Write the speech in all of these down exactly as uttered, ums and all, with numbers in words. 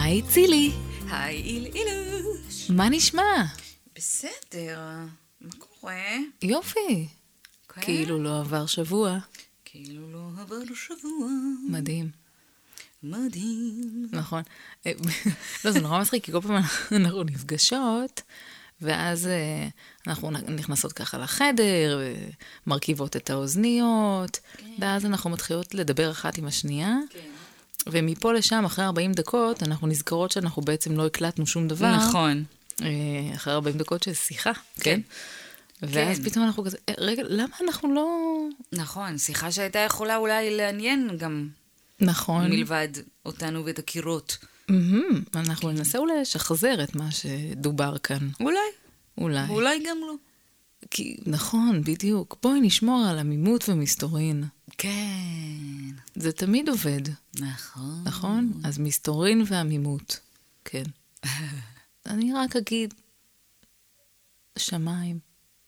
היי צילי. היי איל אילוש. מה נשמע? בסדר, מה קורה? יופי. כן? כאילו לא עבר שבוע. כאילו לא עבר שבוע. מדהים. מדהים. נכון. לא, זה נורא מצחיק, כי כל פעם אנחנו נפגשות, ואז אנחנו נכנסות ככה לחדר, ומרכיבות את האוזניות, ואז אנחנו מתחילות לדבר אחת עם השנייה, ומפה לשם, אחרי ארבעים דקות, אנחנו נזכרות שאנחנו בעצם לא הקלטנו שום דבר. נכון. אחרי ארבעים דקות של שיחה, כן? ואז פתאום אנחנו כזה, רגע, למה אנחנו לא... נכון, שיחה שהייתה יכולה אולי לעניין גם... נכון. מלבד אותנו ואת הקירות. אנחנו ננסה אולי לשחזר את מה שדובר כאן. אולי. אולי. ואולי גם לא. כי, נכון, בדיוק. בואי נשמור על עמימות ומסתורין. כן. זה תמיד עובד. נכון. נכון? אז מסתורין ועמימות. כן. אני רק אגיד, שמיים.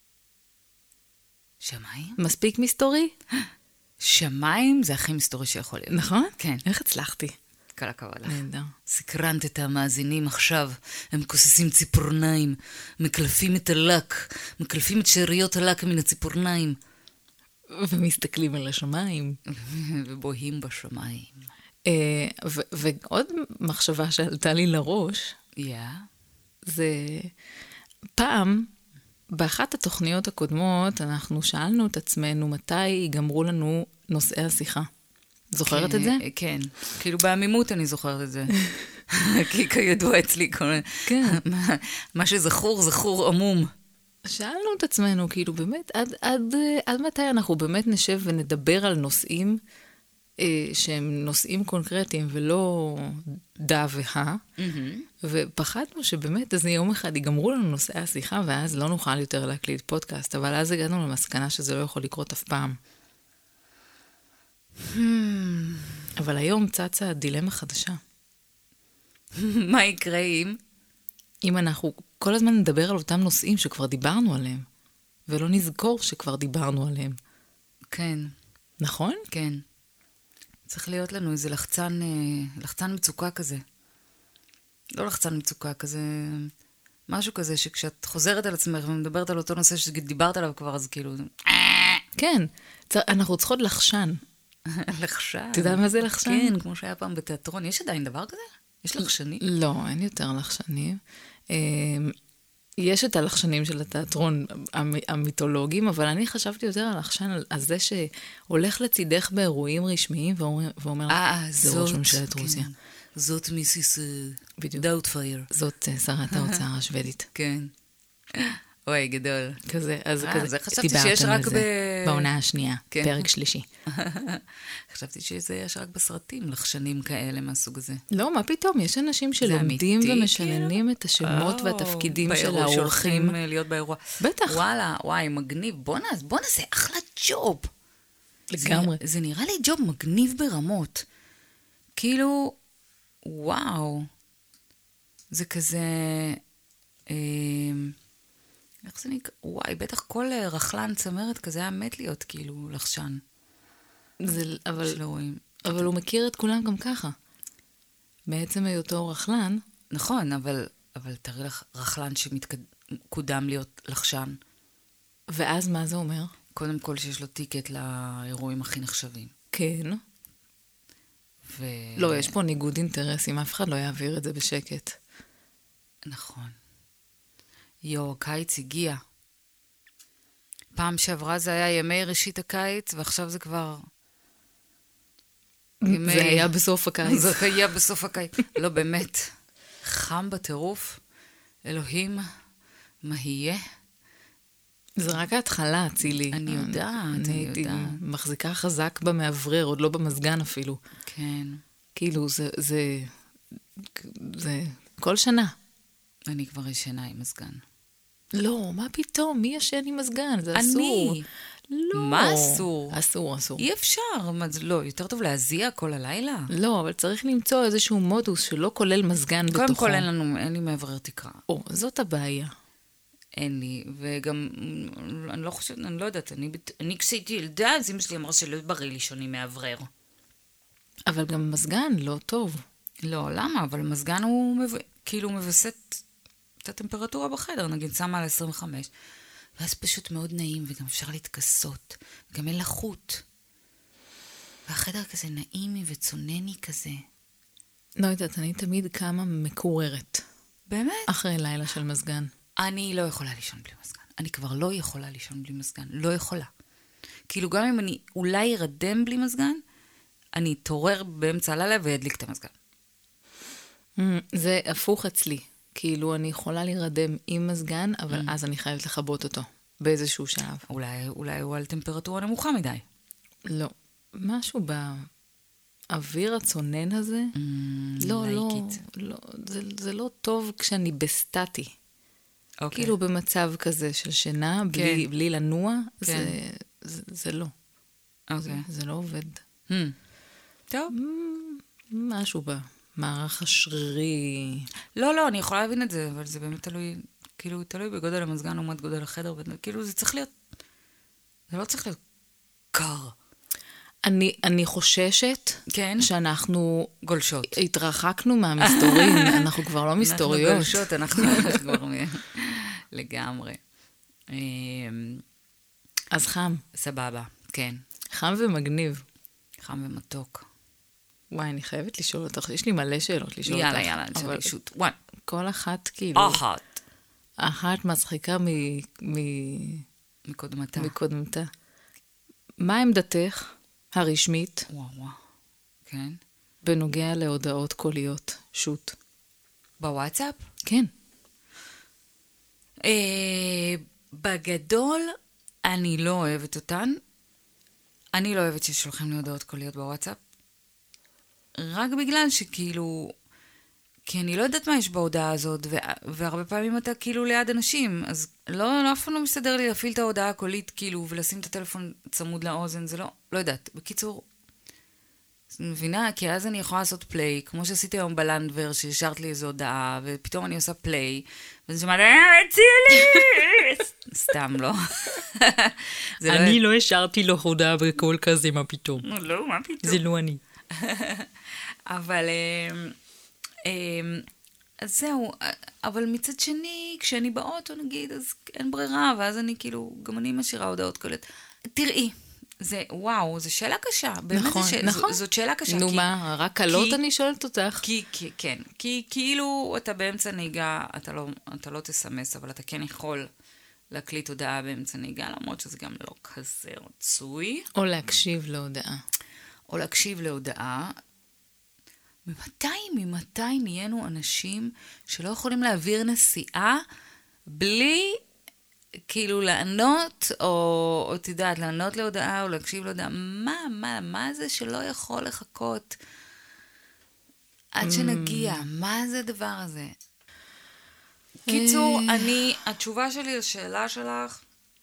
שמיים? מספיק מסתורי? שמיים זה הכי מסתורי שיכול להיות. נכון? כן. איך הצלחתי? כל הכבוד לך. נהדר. סקרנת את המאזינים עכשיו. הם כוססים ציפורניים, מקלפים את הלק, מקלפים את שאריות הלק מן הציפורניים. ומסתכלים על השמיים. ובוהים בשמיים. ועוד מחשבה שעלתה לי לראש, זה פעם, באחת התוכניות הקודמות, אנחנו שאלנו את עצמנו מתי ייגמרו לנו נושאי השיחה. זוכרת את זה? כן. כאילו בעמימות אני זוכרת את זה. כי כידוע אצלי כל... כן. מה שזכור, זכור עמום. שאלנו את עצמנו, כאילו באמת, עד, עד, עד מתי אנחנו באמת נשב ונדבר על נושאים אה, שהם נושאים קונקרטיים ולא דה וה, mm-hmm. ופחדנו שבאמת אז יום אחד ייגמרו לנו נושאי השיחה, ואז לא נוכל יותר להקליט פודקאסט, אבל אז הגענו למסקנה שזה לא יכול לקרות אף פעם. Hmm. אבל היום צצה דילמה חדשה. מה יקרה אם? אם אנחנו כל הזמן נדבר על אותם נושאים שכבר דיברנו עליהם, ולא נזכור שכבר דיברנו עליהם. כן. נכון? כן. צריך להיות לנו איזה לחצן, לחצן מצוקה כזה. לא לחצן מצוקה, כזה... משהו כזה שכשאת חוזרת על עצמך ומדברת על אותו נושא שדיברת עליו כבר, אז כאילו... כן. אנחנו צריכות לחשן. לחשן. אתה יודע מה זה לחשן? כן, כמו שהיה פעם בתיאטרון. יש עדיין דבר כזה? יש לחשנים? לא, אין יותר לחשנים. יש את הלחשנים של התיאטרון המיתולוגיים, אבל אני חשבתי יותר על לחשן, על זה שהולך לצידך באירועים רשמיים, ואומר, זה ראש ממשלת רוסיה. זאת מיסיס דאוטפייר. זאת שרת האוצר השוודית. כן. אוי, גדול. כזה, אז כזה, חשבתי שיש רק ב... בעונה השנייה, פרק שלישי. חשבתי שזה יש רק בסרטים, לחשנים כאלה מהסוג הזה. לא, מה פתאום? יש אנשים שלומדים ומשננים את השמות והתפקידים של האורחים. להיות באירוע. בטח. וואלה, וואי, מגניב. בוא נעשה, בוא נעשה, אחלה ג'וב. לגמרי. זה נראה לי ג'וב מגניב ברמות. כאילו, וואו. זה כזה... איך זה נקרא? וואי, בטח כל רחלן צמרת כזה היה מת להיות כאילו לחשן. זה, אבל, אבל הוא מכיר את כולם גם ככה. בעצם היותו רחלן. נכון, אבל, אבל תראי לך רחלן שמתקודם להיות לחשן. ואז מה זה אומר? קודם כל שיש לו טיקט לאירועים הכי נחשבים. כן. ו... לא, יש פה ניגוד אינטרסים, אף אחד לא יעביר את זה בשקט. נכון. יו, הקיץ הגיע. פעם שעברה זה היה ימי ראשית הקיץ, ועכשיו זה כבר... ימי... זה היה בסוף הקיץ. זה היה בסוף הקיץ. לא, באמת. חם בטירוף. אלוהים, מה יהיה? זה רק ההתחלה, צילי. אני יודעת, אני יודעת. אני מחזיקה חזק במעברר, עוד לא במזגן אפילו. כן. כאילו, זה... זה... זה... כל שנה. אני כבר ישנה עם מזגן. לא, מה פתאום? מי ישן עם מזגן? זה אסור. אני. לא. מה אסור? אסור, אסור. אי אפשר. לא, יותר טוב להזיע כל הלילה. לא, אבל צריך למצוא איזשהו מודוס שלא כולל מזגן בתוכו. קודם כל אין לנו, אין לי מעברר תקרה. או, זאת הבעיה. אין לי, וגם, אני לא חושבת, אני לא יודעת, אני, אני כשהייתי ילדה, אז אמא שלי אמרה שלא בריא לישון עם מעברר. אבל גם מזגן לא טוב. לא, למה? אבל מזגן הוא מב... כאילו מבסט את הטמפרטורה בחדר, נגיד שמה על עשרים וחמש, ואז פשוט מאוד נעים, וגם אפשר להתכסות, וגם אין לחות. והחדר כזה נעימי וצונני כזה. לא יודעת, אני תמיד קמה מקוררת. באמת? אחרי לילה של מזגן. אני לא יכולה לישון בלי מזגן. אני כבר לא יכולה לישון בלי מזגן. לא יכולה. כאילו גם אם אני אולי ארדם בלי מזגן, אני אתעורר באמצע הלילה ואדליק את המזגן. זה הפוך אצלי. כאילו אני יכולה להירדם עם מזגן, אבל אז אני חייבת לחבות אותו. באיזשהו שלב. אולי, אולי הוא על טמפרטורה נמוכה מדי. לא. משהו באוויר הצונן הזה, לא, לא, לא, זה, זה לא טוב כשאני בסטטי. Okay. כאילו במצב כזה של שינה, כן. בלי, בלי לנוע, כן. זה, זה, זה לא. Okay. זה, זה לא עובד. Hmm. טוב. משהו במערך השרירי. לא, לא, אני יכולה להבין את זה, אבל זה באמת תלוי, כאילו, תלוי בגודל המזגן לעומת גודל החדר, כאילו, זה צריך להיות, זה לא צריך להיות קר. אני, אני חוששת כן? שאנחנו גולשות. התרחקנו מהמסתורים, אנחנו כבר לא מסתוריות. אנחנו גולשות, אנחנו כבר לגמרי. אז חם. סבבה, כן. חם ומגניב. חם ומתוק. וואי, אני חייבת לשאול אותך, יש לי מלא שאלות לשאול יאללה, אותך. יאללה, אבל נשאל שוט. וואן. כל אחת כאילו... אחת. אחת מצחיקה מ... מ... מקודמתה. מקודמתה. מה עמדתך הרשמית וואו, וואו. כן. בנוגע להודעות קוליות? שוט. בוואטסאפ? כן. אה, בגדול, אני לא אוהבת אותן. אני לא אוהבת ששולחים לי הודעות קוליות בוואטסאפ. רק בגלל שכאילו... כי אני לא יודעת מה יש בהודעה הזאת, והרבה פעמים אתה כאילו ליד אנשים, אז לא, לא אף פעם לא מסתדר לי להפעיל את ההודעה הקולית כאילו, ולשים את הטלפון צמוד לאוזן, זה לא, לא יודעת. בקיצור, מבינה, כי אז אני יכולה לעשות פליי, כמו שעשיתי היום בלנדבר, שהשארת לי איזו הודעה, ופתאום אני עושה פליי, ואני שומעת, אה, צילי! סתם, לא. אני לא השארתי לו הודעה בקול כזה, מה פתאום? לא, מה פתאום? זה לא אני. אבל... אז זהו, אבל מצד שני, כשאני באוטו נגיד, אז אין ברירה, ואז אני כאילו, גם אני משאירה הודעות קוליות. תראי, זה, וואו, זו שאלה קשה. נכון, ש... נכון. זאת שאלה קשה. נו כי... מה, רק קלות כי... אני שואלת אותך. כי, כי, כן, כי כאילו אתה באמצע נהיגה, אתה לא, אתה לא תסמס, אבל אתה כן יכול להקליט הודעה באמצע נהיגה, למרות שזה גם לא כזה רצוי. או להקשיב להודעה. או להקשיב להודעה. ממתי, ממתי נהיינו אנשים שלא יכולים להעביר נסיעה בלי כאילו לענות, או, או תדעת, לענות להודעה או להקשיב להודעה? מה, מה, מה זה שלא יכול לחכות עד שנגיע? מה זה הדבר הזה? קיצור, אני, התשובה שלי לשאלה שלך,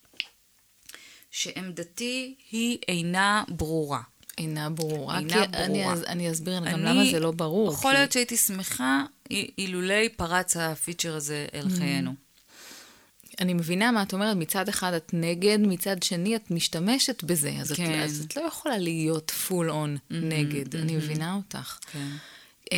שעמדתי היא אינה ברורה. אינה ברורה. אינה כי ברורה. אני, אני אסביר גם אני, למה זה לא ברור. יכול כי... להיות שהייתי שמחה אילולי פרץ הפיצ'ר הזה אל חיינו. אני מבינה מה את אומרת, מצד אחד את נגד, מצד שני את משתמשת בזה, אז, כן. את, אז את לא יכולה להיות full on mm-hmm, נגד, mm-hmm. אני מבינה אותך. כן. אה,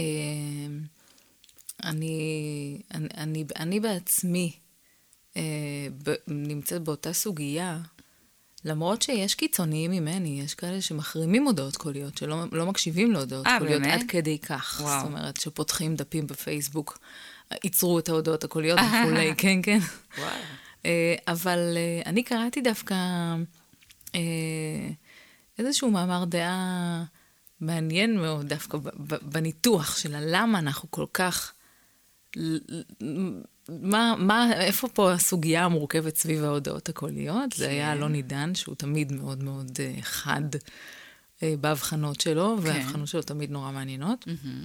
אני, אני, אני, אני בעצמי אה, ב, נמצאת באותה סוגיה, למרות שיש קיצוניים ממני, יש כאלה שמחרימים הודעות קוליות, שלא לא מקשיבים להודעות 아, קוליות, באמת? עד כדי כך. וואו. זאת אומרת, שפותחים דפים בפייסבוק, ייצרו את ההודעות הקוליות וכולי, כן, כן. וואו. אבל אני קראתי דווקא איזשהו מאמר דעה מעניין מאוד, דווקא בניתוח של למה אנחנו כל כך... מה, מה, איפה פה הסוגיה המורכבת סביב ההודעות הקוליות? זה היה לא נידן, שהוא תמיד מאוד מאוד חד בהבחנות שלו, וההבחנות שלו תמיד נורא מעניינות.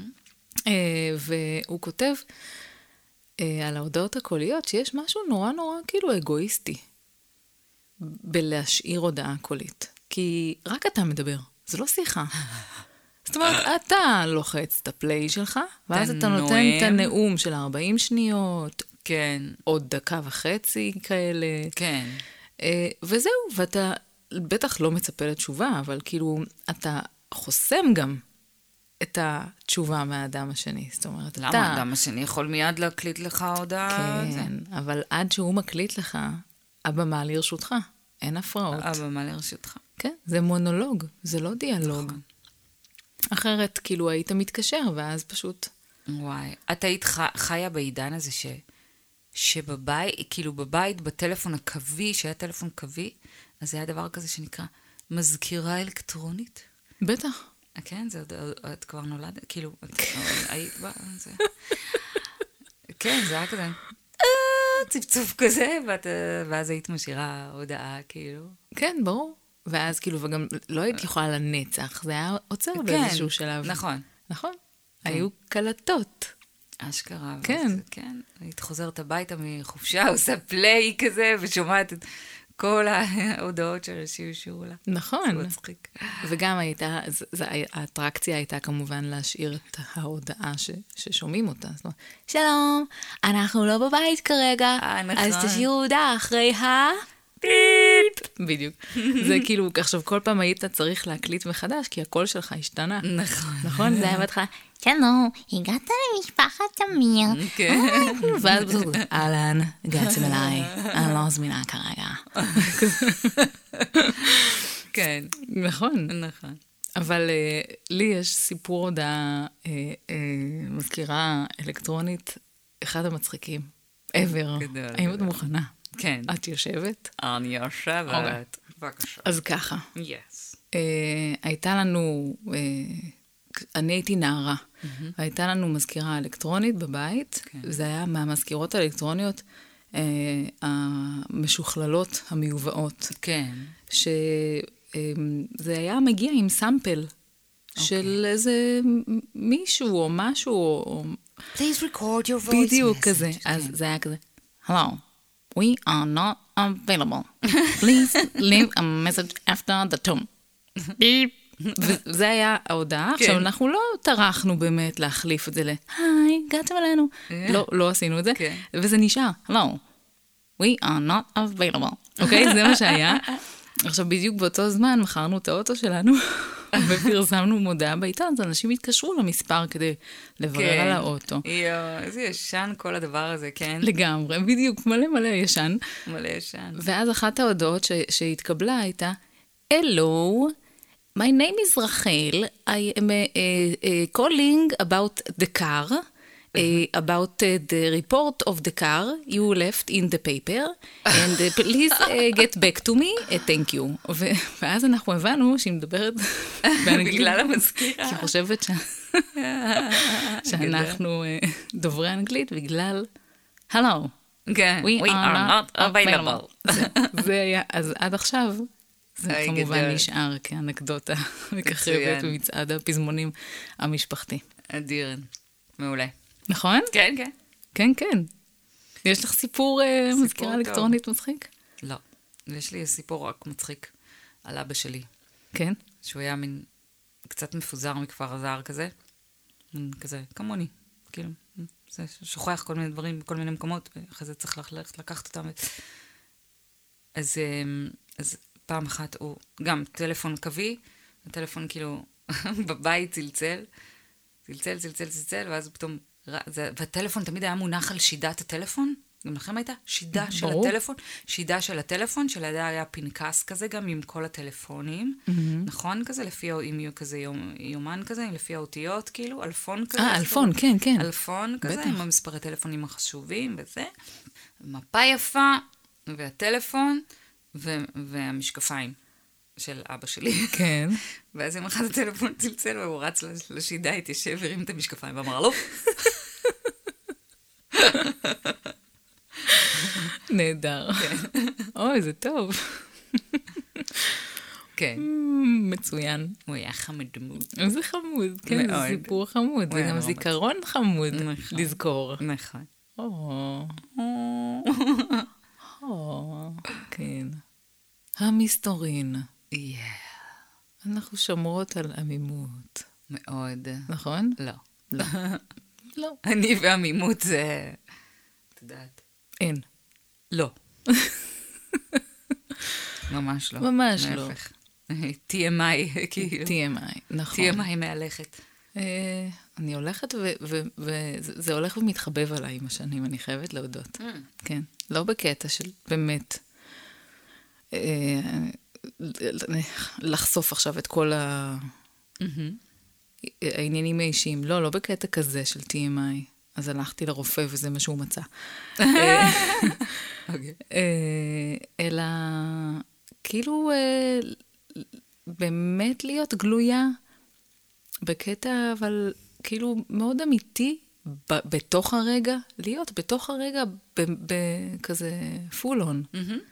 והוא כותב על ההודעות הקוליות שיש משהו נורא נורא כאילו אגואיסטי בלהשאיר הודעה קולית. כי רק אתה מדבר, זה לא שיחה. זאת אומרת, אתה לוחץ את הפליי שלך, ואז אתה נותן את הנאום של ארבעים שניות, כן. עוד דקה וחצי כאלה. כן. וזהו, ואתה בטח לא מצפה לתשובה, אבל כאילו, אתה חוסם גם את התשובה מהאדם השני. זאת אומרת, למה? אתה... האדם השני יכול מיד להקליט לך הודעה? כן, אבל עד שהוא מקליט לך, הבמה לרשותך. אין הפרעות. הבמה לרשותך. כן, זה מונולוג, זה לא דיאלוג. נכון. אחרת, כאילו, היית מתקשר, ואז פשוט... וואי, את היית ח... חיה בעידן הזה ש... שבבית, כאילו בבית, בטלפון הקווי, שהיה טלפון קווי, אז היה דבר כזה שנקרא מזכירה אלקטרונית. בטח. כן, זה עוד, את כבר נולד, כאילו, את היית בה, זה... כן, זה היה כזה, צפצוף כזה, ואת, ואז היית משאירה הודעה, כאילו. כן, ברור. ואז כאילו, וגם לא היית יכולה לנצח, זה היה עוצר באיזשהו שלב. נכון. נכון. היו קלטות. אשכרה. כן. כן. היית חוזרת הביתה מחופשה, עושה פליי כזה, ושומעת את כל ההודעות של השיעור לה. נכון. זה מצחיק. וגם הייתה, זה, זה, האטרקציה הייתה כמובן להשאיר את ההודעה ש, ששומעים אותה. זאת אומרת, שלום, אנחנו לא בבית כרגע, אה, נכון. אז תשאירו הודעה אחרי ה... פיפ! בדיוק. זה כאילו, עכשיו כל פעם היית צריך להקליט מחדש, כי הקול שלך השתנה. נכון. נכון? זה היה בהתחלה, שלום, הגעת למשפחת תמיר. כן. ואז בסוף, אהלן, הגעתם אליי, אני לא זמינה כרגע. כן. נכון. נכון. אבל uh, לי יש סיפור הודעה, uh, uh, מזכירה אלקטרונית, אחד המצחיקים, ever. גדול. האם את מוכנה? כן. את יושבת? אני יושבת. בבקשה. אז ככה. יס. Uh, הייתה לנו, uh, אני הייתי נערה, הייתה לנו מזכירה אלקטרונית בבית, זה היה מהמזכירות האלקטרוניות uh, המשוכללות, המיובאות. כן. שזה היה מגיע עם סאמפל של איזה מישהו או משהו, או... Please record your voice בדיוק message. כזה. אז זה היה כזה, Hello, we are not available. Please leave a message after the tone. וזה היה ההודעה. עכשיו, אנחנו לא טרחנו באמת להחליף את זה ל, היי, הגעתם אלינו. לא, לא עשינו את זה. וזה נשאר, Hello, we are not available. אוקיי? זה מה שהיה. עכשיו, בדיוק באותו זמן מכרנו את האוטו שלנו, ופרסמנו מודעה בעיתון, אז אנשים התקשרו למספר כדי לברר על האוטו. יואו, איזה ישן כל הדבר הזה, כן? לגמרי, בדיוק, מלא מלא ישן. מלא ישן. ואז אחת ההודעות ש- שהתקבלה הייתה, Hello, my name is Rachel, I am uh, uh, calling about the car, uh, about uh, the report of the car you left in the paper, and uh, please uh, get back to me, uh, thank you. ו- ואז אנחנו הבנו שהיא מדברת באנגלית. בגלל המזכירה. כי היא חושבת ש... שאנחנו uh, דוברי אנגלית בגלל, Hello, כן. we, We are not available. זה, זה היה, אז עד עכשיו, זה היי, כמובן גדול. נשאר כאנקדוטה מככבת במצעד הפזמונים המשפחתי. אדיר. מעולה. נכון? כן, כן. כן, כן. יש לך סיפור אה, סיפור מזכירה טוב. אלקטרונית מצחיק? לא. יש לי סיפור רק מצחיק על אבא שלי, כן. שהוא היה מין קצת מפוזר מכפר הזר כזה, מין כזה כמוני, כאילו, זה שוכח כל מיני דברים בכל מיני מקומות, ואחרי זה צריך ללכת לקחת אותם. אז, אז פעם אחת הוא, גם טלפון קווי, הטלפון כאילו בבית צלצל, צלצל, צלצל, צלצל, ואז פתאום, זה, והטלפון תמיד היה מונח על שידת הטלפון, גם לכם הייתה? שידה של ברור. הטלפון, שידה של הטלפון, שלידה היה פנקס כזה גם עם כל הטלפונים, נכון כזה, לפי, אם יהיו כזה יום, יומן כזה, לפי האותיות, כאילו, אלפון כזה. אה, אלפון, כן, כן. אלפון כזה, בטח. עם המספרי טלפונים החשובים וזה, מפה יפה, והטלפון, ו- והמשקפיים של אבא שלי. כן. ואז יום אחד הטלפון צלצל, והוא רץ לשידה, התיישב, הרים את המשקפיים, ואמר לו, נהדר. אוי, זה טוב. כן. מצוין. הוא היה חמוד דמות. זה חמוד, כן, זה מאוד. סיפור חמוד. זה הוא היה גם ממש. זיכרון חמוד נכון. לזכור. נכון. או, או, כן. המסתורין. Yeah. אנחנו שומרות על עמימות. מאוד. נכון? לא. לא. לא. אני והמימות זה... את יודעת. אין. לא. ממש לא. ממש לא. להפך. טי אם איי, כאילו. טי אם איי, נכון. טי אם איי מהלכת. אני הולכת, וזה הולך ומתחבב עליי עם השנים, אני חייבת להודות. כן, לא בקטע של באמת לחשוף עכשיו את כל העניינים האישיים. לא, לא בקטע כזה של טי אם איי. אז הלכתי לרופא וזה מה שהוא מצא. אלא כאילו באמת להיות גלויה בקטע, אבל כאילו מאוד אמיתי בתוך הרגע, להיות בתוך הרגע בכזה פול און.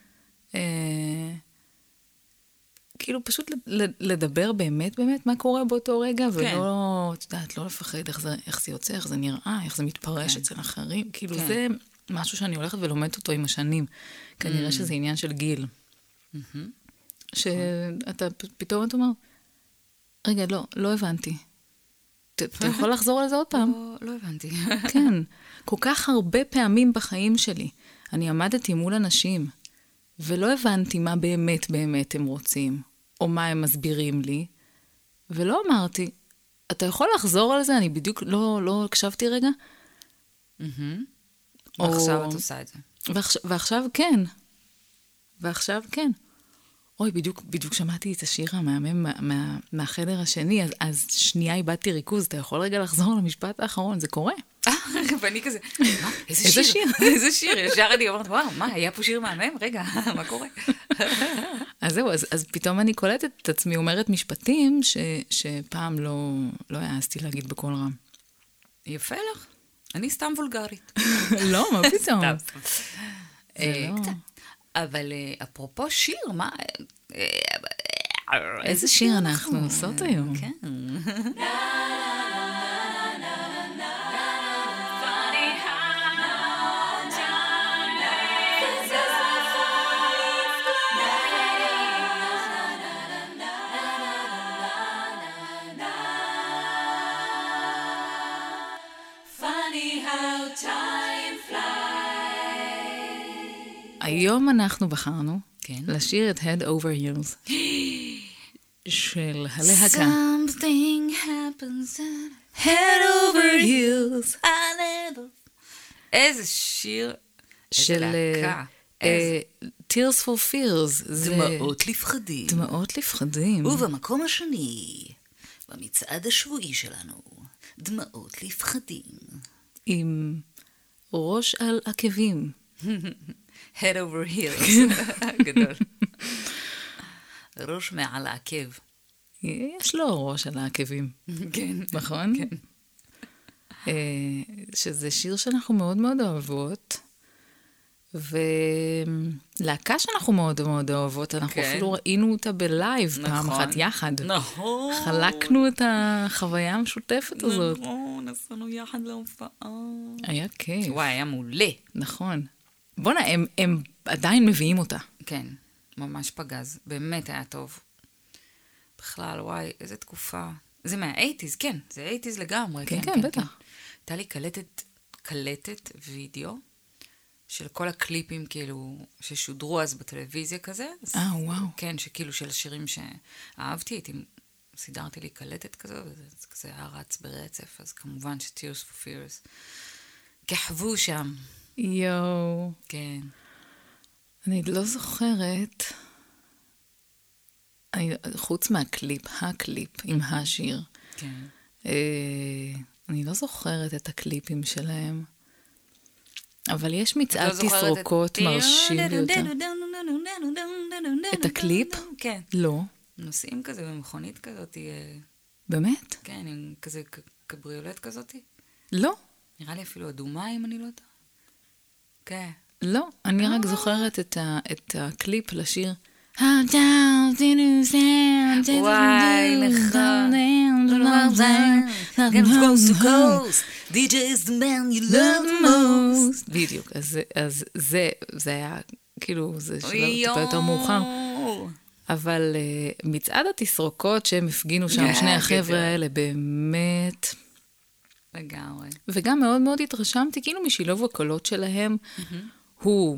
כאילו פשוט לדבר באמת באמת מה קורה באותו רגע, ולא, את יודעת, לא לפחד איך זה, איך זה יוצא, איך זה נראה, איך זה מתפרש אצל אחרים. כאילו זה משהו שאני הולכת ולומדת אותו עם השנים. כנראה שזה עניין של גיל. שאתה פתאום אתה אומר, רגע, לא, לא הבנתי. אתה יכול לחזור על זה עוד פעם? לא הבנתי. כן. כל כך הרבה פעמים בחיים שלי, אני עמדתי מול אנשים, ולא הבנתי מה באמת באמת הם רוצים, או מה הם מסבירים לי, ולא אמרתי, אתה יכול לחזור על זה? אני בדיוק לא, לא הקשבתי רגע? ועכשיו את עושה את זה. ועכשיו כן. ועכשיו כן. אוי, בדיוק, בדיוק שמעתי את השיר המאמם מה, מה, מהחדר השני, אז, אז שנייה איבדתי ריכוז, אתה יכול רגע לחזור למשפט האחרון, זה קורה. ואני כזה, מה? איזה שיר? איזה שיר? ישר אני אומרת, וואו, מה, היה פה שיר מהמם? רגע, מה קורה? אז זהו, אז, אז פתאום אני קולטת את עצמי, אומרת משפטים ש, שפעם לא, לא העזתי להגיד בקול רם. יפה לך. אני סתם וולגרית. לא, מה פתאום? סתם. אבל אפרופו שיר, מה... איזה שיר אנחנו עושות היום? כן. היום אנחנו בחרנו כן. לשיר את Head Over Heels של הלהקה. Something happens and Head Over Heels. I never... איזה שיר, של איזה להקה. uh, Tears for Fears. דמעות לפחדים. דמעות לפחדים. ובמקום השני, במצעד השבועי שלנו, דמעות לפחדים. עם ראש על עקבים. Head over heels. גדול. ראש מעל העקב. יש לו ראש על העקבים. כן. נכון? כן. שזה שיר שאנחנו מאוד מאוד אוהבות, ולהקה שאנחנו מאוד מאוד אוהבות, אנחנו אפילו ראינו אותה בלייב פעם אחת יחד. נכון. חלקנו את החוויה המשותפת הזאת. נכון, נסענו יחד להופעה. היה כיף. וואי, היה מעולה. נכון. בוא'נה, הם, הם עדיין מביאים אותה. כן, ממש פגז. באמת היה טוב. בכלל, וואי, איזה תקופה. זה מה-שמונים, כן, זה שמונים לגמרי. כן, כן, כן, בטח. הייתה לי קלטת, קלטת וידאו של כל הקליפים כאילו ששודרו אז בטלוויזיה כזה. אה, וואו. כן, שכאילו של השירים שאהבתי, הייתי, סידרתי לי קלטת כזו, וזה כזה היה רץ ברצף, אז כמובן ש-Tears for Fears כחבו שם. יואו. כן. אני לא זוכרת, אני, חוץ מהקליפ, הקליפ עם השיר. כן. אה, אני לא זוכרת את הקליפים שלהם, אבל יש מצעד תסרוקות מרשים ביותר. את הקליפ? כן. לא. נוסעים כזה במכונית כזאת. באמת? כן, עם כזה קבריולט כזאת. לא. נראה לי אפילו אדומה, אם אני לא יודעת. כן. לא, אני רק זוכרת את, ה, את הקליפ לשיר How down to the sound וואי, נכון. Get close to coast די ג'יי is the man you love the most. בדיוק, אז, אז זה, זה היה, כאילו, זה שלב טיפה יותר מאוחר. אבל uh, מצעד התסרוקות שהם הפגינו שם, שני החבר'ה האלה, באמת... לגמרי. וגם מאוד מאוד התרשמתי, כאילו משילוב הקולות שלהם, הוא,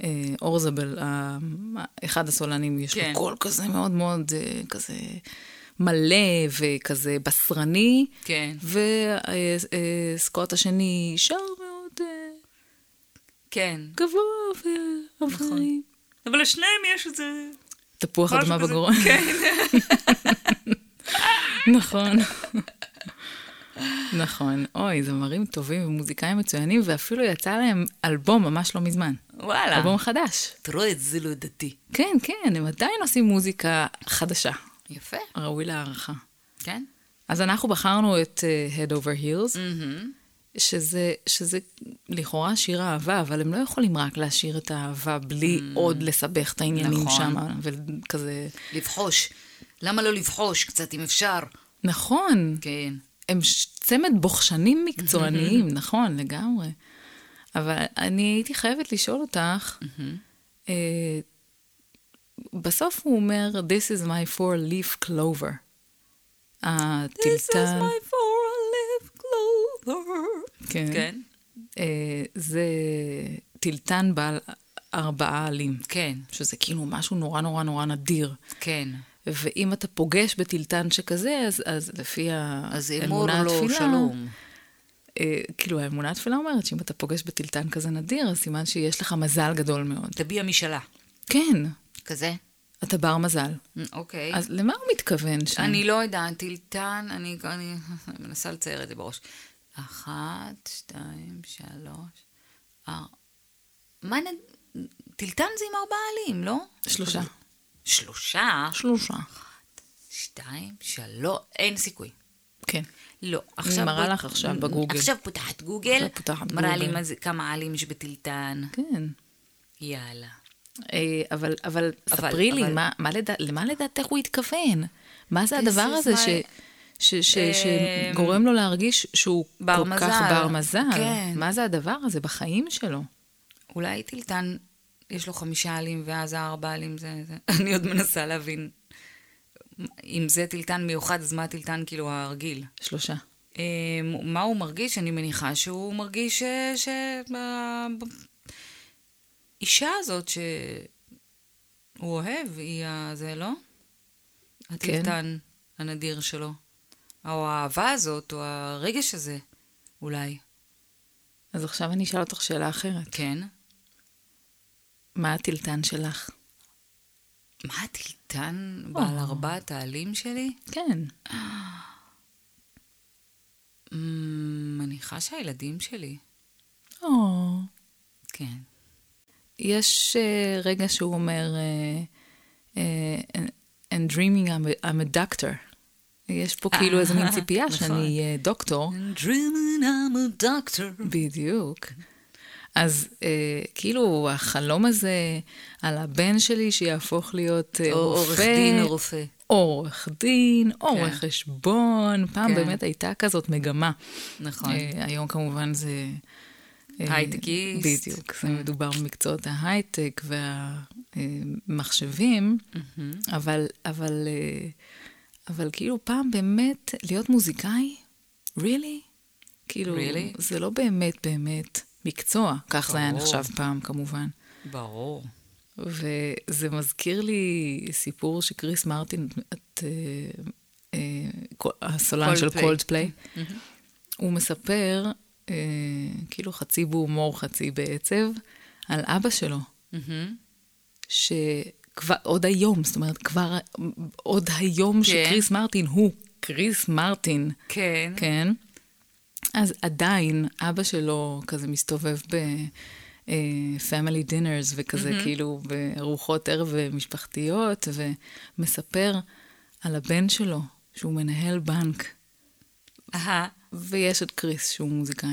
אורזבל, אחד הסולנים, יש לו קול כזה מאוד מאוד כזה מלא וכזה בשרני. כן. וסקוט השני שר מאוד כן. גבוה ואווירי. אבל לשניהם יש איזה... תפוח אדמה בגרון. כן. נכון. נכון. אוי, זמרים טובים ומוזיקאים מצוינים, ואפילו יצא להם אלבום ממש לא מזמן. וואלה. אלבום חדש. תראו את זה לא ידעתי. כן, כן, הם עדיין עושים מוזיקה חדשה. יפה. ראוי להערכה. כן. אז אנחנו בחרנו את uh, Head Over Heels, Mm-hmm. שזה, שזה לכאורה שיר אהבה, אבל הם לא יכולים רק לשיר את האהבה בלי mm. עוד לסבך את העניינים נכון. שם, וכזה... לבחוש. למה לא לבחוש קצת אם אפשר? נכון. כן. הם צמד בוחשנים מקצועניים, נכון, לגמרי. אבל אני הייתי חייבת לשאול אותך, uh, בסוף הוא אומר, This is my four-leaf clover. This is my four-leaf clover. כן. כן. Uh, זה טילטן בעל ארבעה עלים. כן. שזה כאילו משהו נורא נורא נורא נדיר. כן. ואם אתה פוגש בטילטן שכזה, אז, אז לפי אז אמור האמונה לו התפילה... שלום. אה, כאילו, האמונה התפילה אומרת שאם אתה פוגש בטילטן כזה נדיר, אז סימן שיש לך מזל גדול מאוד. תביע משאלה. כן. כזה? אתה בר מזל. אוקיי. אז למה הוא מתכוון שם? אני לא יודעת, טילטן, אני, אני, אני מנסה לצייר את זה בראש. אחת, שתיים, שלוש, ארבע. מה נ... טילטן זה עם ארבעה עלים, לא? שלושה. שלושה? שלושה. אחת, שתיים, שלוש, אין סיכוי. כן. לא. אני מראה לך עכשיו בגוגל. עכשיו פותחת גוגל. עכשיו פותחת מראה לי גוגל. מה זה, כמה עלים יש בטילטן. כן. יאללה. אה, אבל, אבל, אבל- ספרי לי, אבל- מה, מה לדע, למה לדעתך הוא התכוון? מה זה הדבר is הזה my- ש, ש, ש, אה, שגורם לו להרגיש שהוא בר כל כך מזל. בר מזל? כן. מה זה הדבר הזה בחיים שלו? אולי טילטן, יש לו חמישה עלים, ואז הארבע עלים זה, זה... אני עוד מנסה להבין. אם זה טילטן מיוחד, אז מה טילטן כאילו הרגיל? שלושה. אה, מה הוא מרגיש? אני מניחה שהוא מרגיש ש... ש... ב- ב- אישה הזאת שהוא אוהב, היא ה... זה, לא? הטילטן הנדיר שלו. או האהבה הזאת, או הרגש הזה, אולי. אז עכשיו אני אשאל אותך שאלה אחרת. כן. מה הטילטן שלך? מה הטילטן בעל ארבעת העלים שלי? כן. Mm, מניחה שהילדים שלי. או. כן. יש uh, רגע שהוא אומר, uh, uh, and dreaming I'm a, I'm a doctor. יש פה כאילו איזו מין ציפייה נכון. שאני uh, דוקטור. And dreaming I'm a doctor. בדיוק. אז uh, כאילו החלום הזה על הבן שלי שיהפוך להיות uh, או רופא. עורך דין או רופא. עורך דין, עורך חשבון. פעם כן. באמת הייתה כזאת מגמה. נכון. Uh, היום כמובן זה... אה, הייטקיסט. בדיוק, זה מדובר במקצועות ההייטק והמחשבים, אבל, אבל, אה, אבל כאילו פעם באמת להיות מוזיקאי, really? כאילו, Really? זה לא באמת באמת מקצוע, כך זה היה ברור. נחשב פעם כמובן. ברור. וזה מזכיר לי סיפור שקריס מרטין, את, אה, אה, כל- הסולן של Coldplay. קולדפליי, הוא מספר, אה, כאילו חצי בהומור, חצי בעצב, על אבא שלו, מהמם. שכבר, עוד היום, זאת אומרת, כבר עוד היום שקריס מרטין הוא קריס מרטין, כן. כן? אז עדיין אבא שלו כזה מסתובב ב... פמילי דינרס וכזה mm-hmm. כאילו בארוחות ערב משפחתיות, ומספר על הבן שלו שהוא מנהל בנק, אהה. ויש את קריס שהוא מוזיקאי.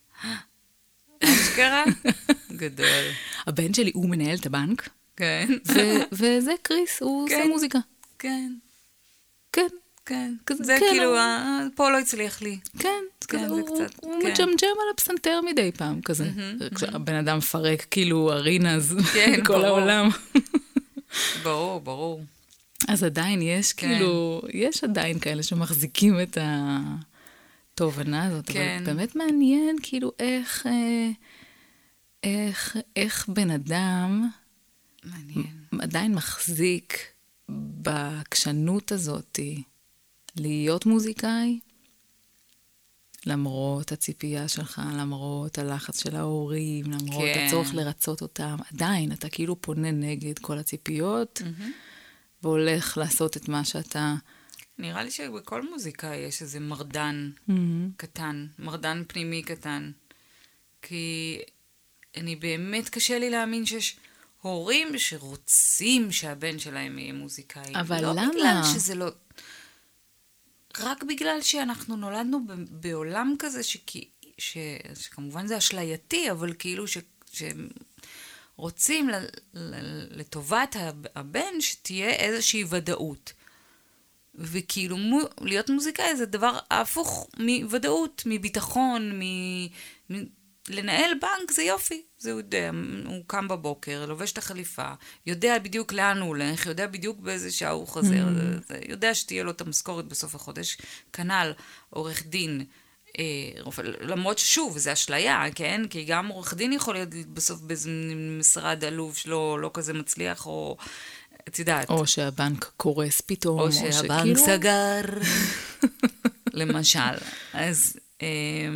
אשכרה? גדול. הבן שלי הוא מנהל את הבנק, כן. ו- וזה קריס, הוא כן. עושה מוזיקה. כן. כן, כן. כזה, זה כן, כאילו, הוא- ה- פה לא הצליח לי. כן, כן, כזה, זה הוא, קצת, הוא כן. מג'מג'ם על הפסנתר מדי פעם, כזה. כשהבן אדם מפרק כאילו ארינז כן, כל ברור. העולם. ברור, ברור. אז עדיין יש כן. כאילו, יש עדיין כאלה שמחזיקים את התובנה הזאת, כן. אבל באמת מעניין כאילו איך, אה, איך, איך בן אדם מעניין. עדיין מחזיק בעקשנות הזאת להיות מוזיקאי, למרות הציפייה שלך, למרות הלחץ של ההורים, למרות כן. הצורך לרצות אותם, עדיין אתה כאילו פונה נגד כל הציפיות, mm-hmm. והולך לעשות את מה שאתה... נראה לי שבכל מוזיקה יש איזה מרדן mm-hmm. קטן, מרדן פנימי קטן. כי אני באמת קשה לי להאמין שיש הורים שרוצים שהבן שלהם יהיה מוזיקאי. אבל לא למה? לא בגלל שזה לא... רק בגלל שאנחנו נולדנו בעולם כזה שכי... ש... שכמובן זה אשלייתי, אבל כאילו ש... שרוצים ל... לטובת הבן שתהיה איזושהי ודאות. וכאילו מו... להיות מוזיקאי זה דבר הפוך מוודאות, מביטחון, מ... מ... לנהל בנק זה יופי, זה הוא יודע, הוא קם בבוקר, לובש את החליפה, יודע בדיוק לאן הוא הולך, יודע בדיוק באיזה שעה הוא חוזר, mm-hmm. זה, יודע שתהיה לו את המשכורת בסוף החודש, כנ"ל עורך דין, אה, למרות ששוב, זה אשליה, כן? כי גם עורך דין יכול להיות בסוף באיזה משרד עלוב שלא לא כזה מצליח, או את יודעת. או שהבנק קורס פתאום, או, או שהבנק שכאילו... סגר, למשל. אז... אה,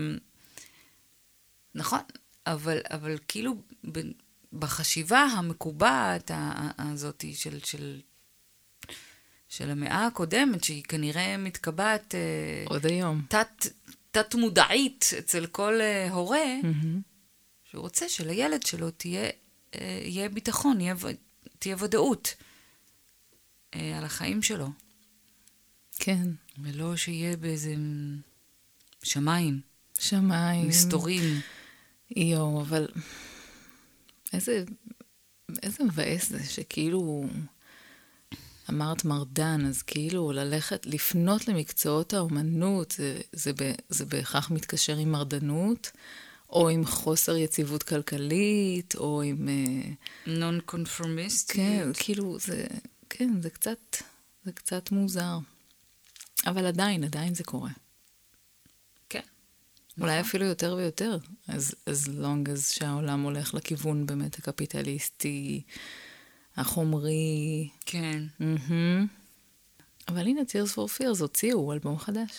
נכון, אבל, אבל כאילו בחשיבה המקובעת הזאת של, של, של המאה הקודמת, שהיא כנראה מתקבעת עוד היום. תת, תת מודעית אצל כל הורה, mm-hmm. שהוא רוצה שלילד שלו תהיה, יהיה ביטחון, יהיה, תהיה ודאות על החיים שלו. כן. ולא שיהיה באיזה שמיים. שמיים. מסתורים. יו, אבל איזה, איזה מבאס זה שכאילו אמרת מרדן, אז כאילו ללכת, לפנות למקצועות האומנות, זה, זה, זה בהכרח מתקשר עם מרדנות, או עם חוסר יציבות כלכלית, או עם... נון-קונפורמיסט. כן, כאילו זה, כן, זה קצת, זה קצת מוזר. אבל עדיין, עדיין זה קורה. אולי אפילו יותר ויותר, אז as long as שהעולם הולך לכיוון באמת הקפיטליסטי, החומרי. כן. Mm-hmm. אבל הנה, Tears for Fears הוציאו אלבום חדש.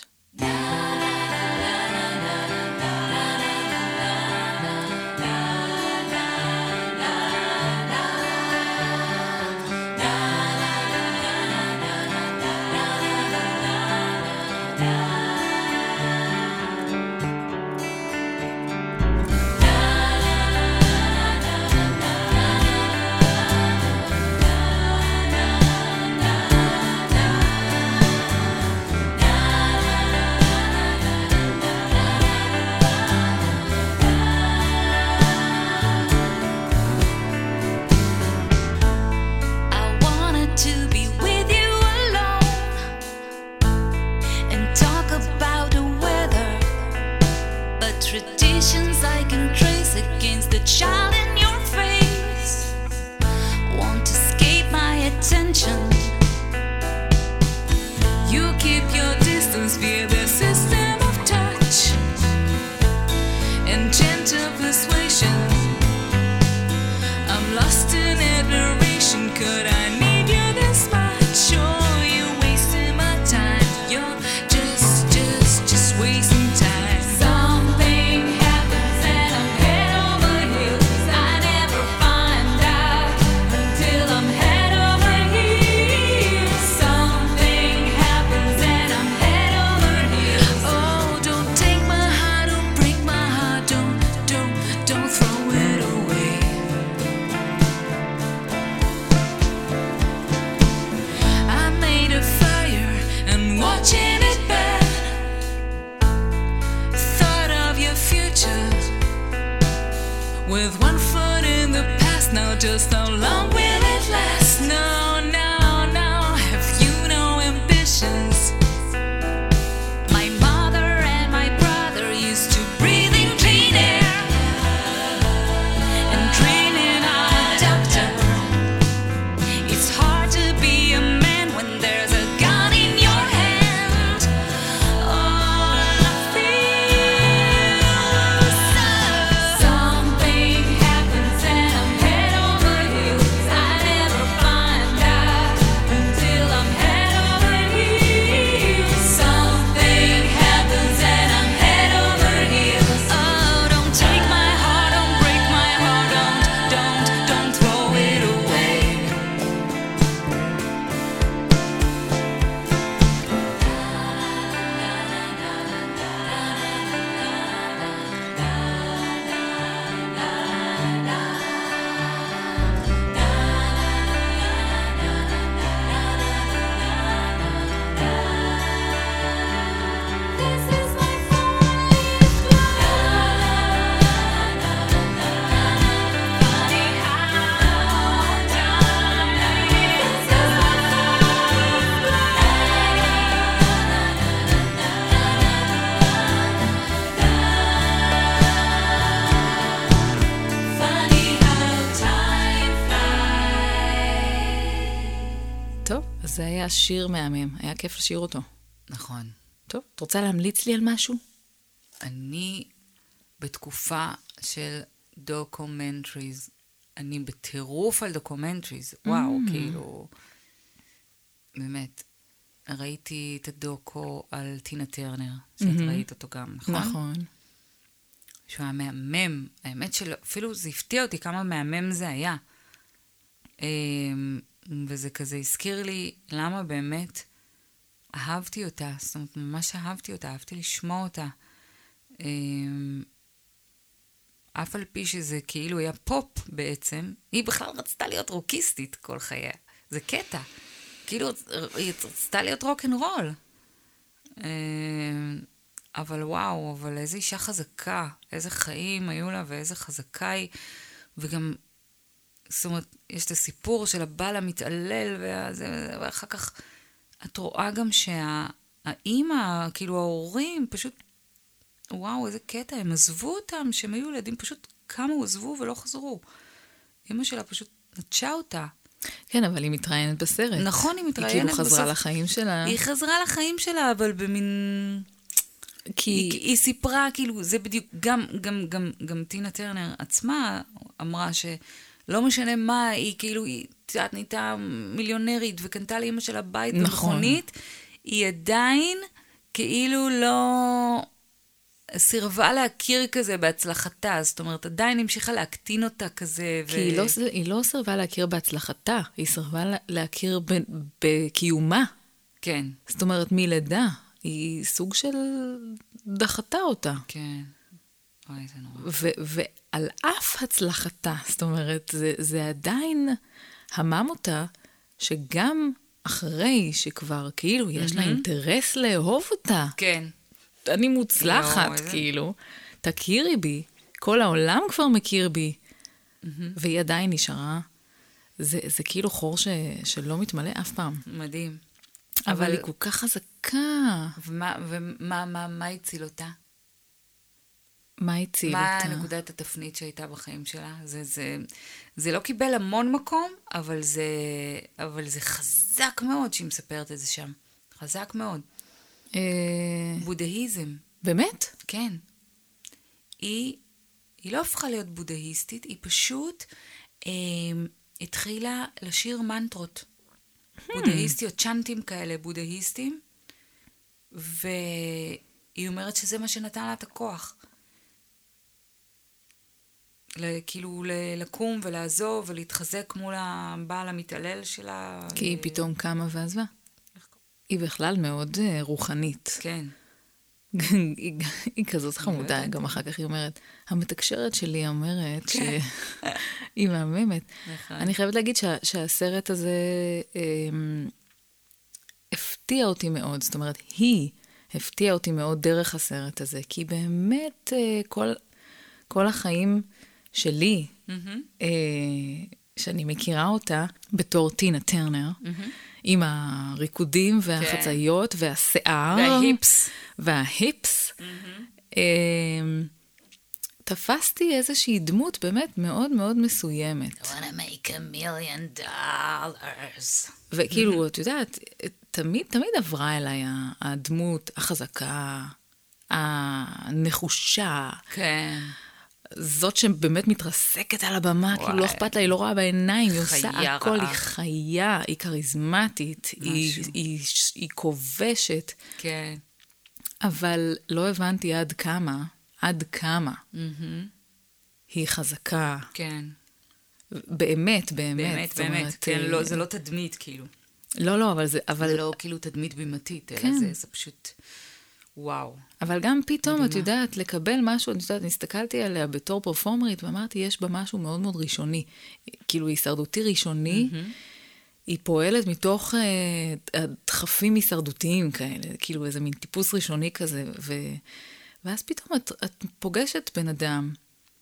Something happens and I'm head over heels. זה היה שיר מהמם, היה כיף לשיר אותו. נכון. טוב, את רוצה להמליץ לי על משהו? אני בתקופה של דוקומנטריז, אני בטירוף על דוקומנטריז, וואו, Mm. כאילו, באמת, ראיתי את הדוקו על טינה טרנר, שאת Mhm. ראית אותו גם, נכון? נכון. שהוא היה מהמם, האמת שלא, אפילו זה הפתיע אותי כמה מהמם זה היה. אמ, וזה כזה הזכיר לי למה באמת אהבתי אותה, זאת אומרת, ממש אהבתי אותה, אהבתי לשמוע אותה. אמ, אף על פי שזה כאילו היה פופ בעצם, היא בכלל רצתה להיות רוקיסטית כל חייה. זה קטע. כאילו, היא רצתה להיות רוק'נ'רול. אמ, אבל וואו, אבל איזו אישה חזקה, איזה חיים היו לה ואיזה חזקה היא, וגם, זאת אומרת, יש את הסיפור של הבעל המתעלל, וזה, ואחר כך את רואה גם שהאימא, כאילו ההורים, פשוט, וואו, איזה קטע, הם עזבו אותם, שהם היו ילדים, פשוט קמו, עזבו ולא חזרו. אימא שלה פשוט נטשה אותה. כן, אבל היא מתראיינת בסרט. נכון, היא מתראיינת היא כאילו חזרה בסוף. לחיים שלה. היא חזרה לחיים שלה, אבל במין... כי... היא, היא סיפרה, כאילו, זה בדיוק, גם, גם, גם, גם טינה טרנר עצמה אמרה שלא משנה מה, היא כאילו, היא תעת נהייתה מיליונרית וקנתה לאמא שלה בית נכון. במכונית, היא עדיין כאילו לא סירבה להכיר כזה בהצלחתה, זאת אומרת, עדיין המשיכה להקטין אותה כזה. כי ו... היא, לא, היא לא סירבה להכיר בהצלחתה, היא סירבה להכיר ב, בקיומה. כן. זאת אומרת, מלידה. היא סוג של דחתה אותה. כן. אוי, זה נורא. ו- ועל אף הצלחתה, זאת אומרת, זה, זה עדיין המם אותה, שגם אחרי שכבר כאילו יש לה אינטרס לאהוב אותה. כן. אני מוצלחת, כאילו. תכירי בי, כל העולם כבר מכיר בי. והיא עדיין נשארה. זה, זה כאילו חור ש, שלא מתמלא אף פעם. מדהים. אבל, אבל היא כל כך חזקה. ומה, ומה, מה, מה הציל אותה? מה הציל מה אותה? מה נקודת התפנית שהייתה בחיים שלה? זה, זה, זה לא קיבל המון מקום, אבל זה, אבל זה חזק מאוד שהיא מספרת את זה שם. חזק מאוד. אה... בודהיזם. באמת? כן. היא, היא לא הפכה להיות בודהיסטית, היא פשוט אה, התחילה לשיר מנטרות. בודהיסטיות, צ'אנטים כאלה, בודהיסטים, והיא אומרת שזה מה שנתן לה את הכוח. כאילו לקום ולעזוב ולהתחזק מול הבעל המתעלל שלה. כי היא פתאום קמה ועזבה. היא בכלל מאוד רוחנית. כן. היא כזאת חמודה, גם אחר כך היא אומרת, המתקשרת שלי אומרת שהיא מהממת. אני חייבת להגיד שהסרט הזה הפתיע אותי מאוד, זאת אומרת, היא הפתיעה אותי מאוד דרך הסרט הזה, כי באמת כל החיים שלי, שאני מכירה אותה בתור טינה טרנר, עם הריקודים והחצאיות והשיער. וההיפס. וההיפס. תפסתי איזושהי דמות באמת מאוד מאוד מסוימת. I want to make a million dollars. וכאילו, את יודעת, תמיד, תמיד עברה אליי הדמות החזקה, הנחושה. כן. זאת שבאמת מתרסקת על הבמה, כאילו לא אכפת לה, היא לא רואה בעיניים, היא עושה הכל, היא חיה, היא כריזמטית, היא, היא, היא כובשת. כן. אבל לא הבנתי עד כמה, עד כמה היא חזקה. כן. באמת, באמת. באמת, באמת. כן, לא, זה לא תדמית, כאילו. לא, לא, אבל זה... אבל... זה לא כאילו תדמית בימתית, אלא כן. זה, זה פשוט... וואו. אבל גם פתאום, את יודעת, לקבל משהו, אני יודעת, הסתכלתי עליה בתור פרפורמרית, ואמרתי, יש בה משהו מאוד מאוד ראשוני. כאילו, הישרדותי ראשוני, mm-hmm. היא פועלת מתוך אה, דחפים הישרדותיים כאלה, כאילו איזה מין טיפוס ראשוני כזה, ו... ואז פתאום את, את פוגשת בן אדם,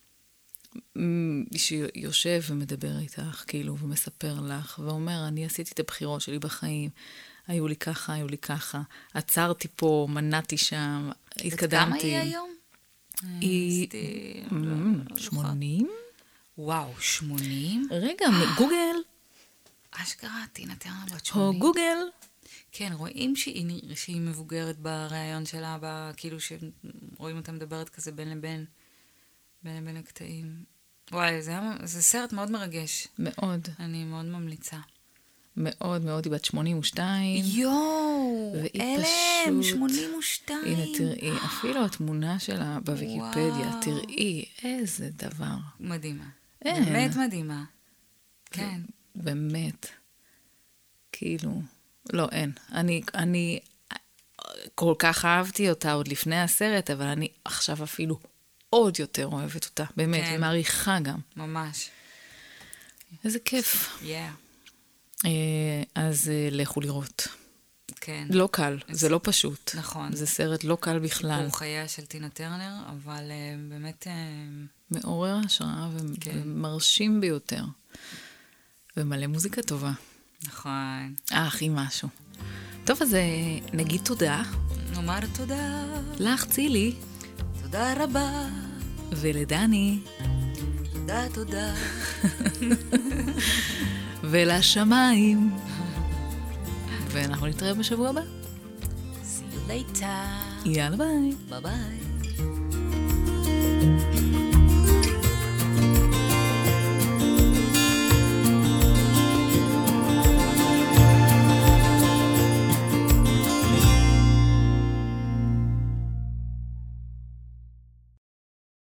שיושב ומדבר איתך, כאילו, ומספר לך, ואומר, אני עשיתי את הבחירות שלי בחיים, היו לי ככה, היו לי ככה, עצרתי פה, מנעתי שם, התקדמתי. כמה היא היום? היא שמונים? וואו, שמונים? רגע, גוגל. אשכרה, טינה טרנר בת או שמונים. גוגל. כן, רואים שהיא, שהיא מבוגרת בראיון שלה, ב, כאילו שרואים אותה מדברת כזה בין לבין, בין לבין הקטעים. וואי, זה, זה סרט מאוד מרגש. מאוד. אני מאוד ממליצה. מאוד מאוד, היא בת שמונים ושתיים. יואו, אלם, שמונים ושתיים. הנה, תראי, אפילו התמונה שלה בוויקיפדיה, תראי, איזה דבר. מדהימה. אין. באמת מדהימה. כן. באמת. כאילו, לא, אין. אני, אני כל כך אהבתי אותה עוד לפני הסרט, אבל אני עכשיו אפילו עוד יותר אוהבת אותה. באמת, כן. ומעריכה גם. ממש. איזה כיף. Yeah. אז לכו לראות. כן. לא קל, זה לא פשוט. נכון. זה סרט לא קל בכלל. סיפור חייה של טינה טרנר, אבל uh, באמת... Uh... מעורר השראה ו- כן. ומרשים ביותר. ומלא מוזיקה טובה. נכון. אה, הכי משהו. טוב, אז נגיד תודה. נאמר תודה. לך צילי. תודה רבה. ולדני. תודה, תודה. ולשמיים. ואנחנו נתראה בשבוע הבא. See you later. יאללה ביי. ביי ביי.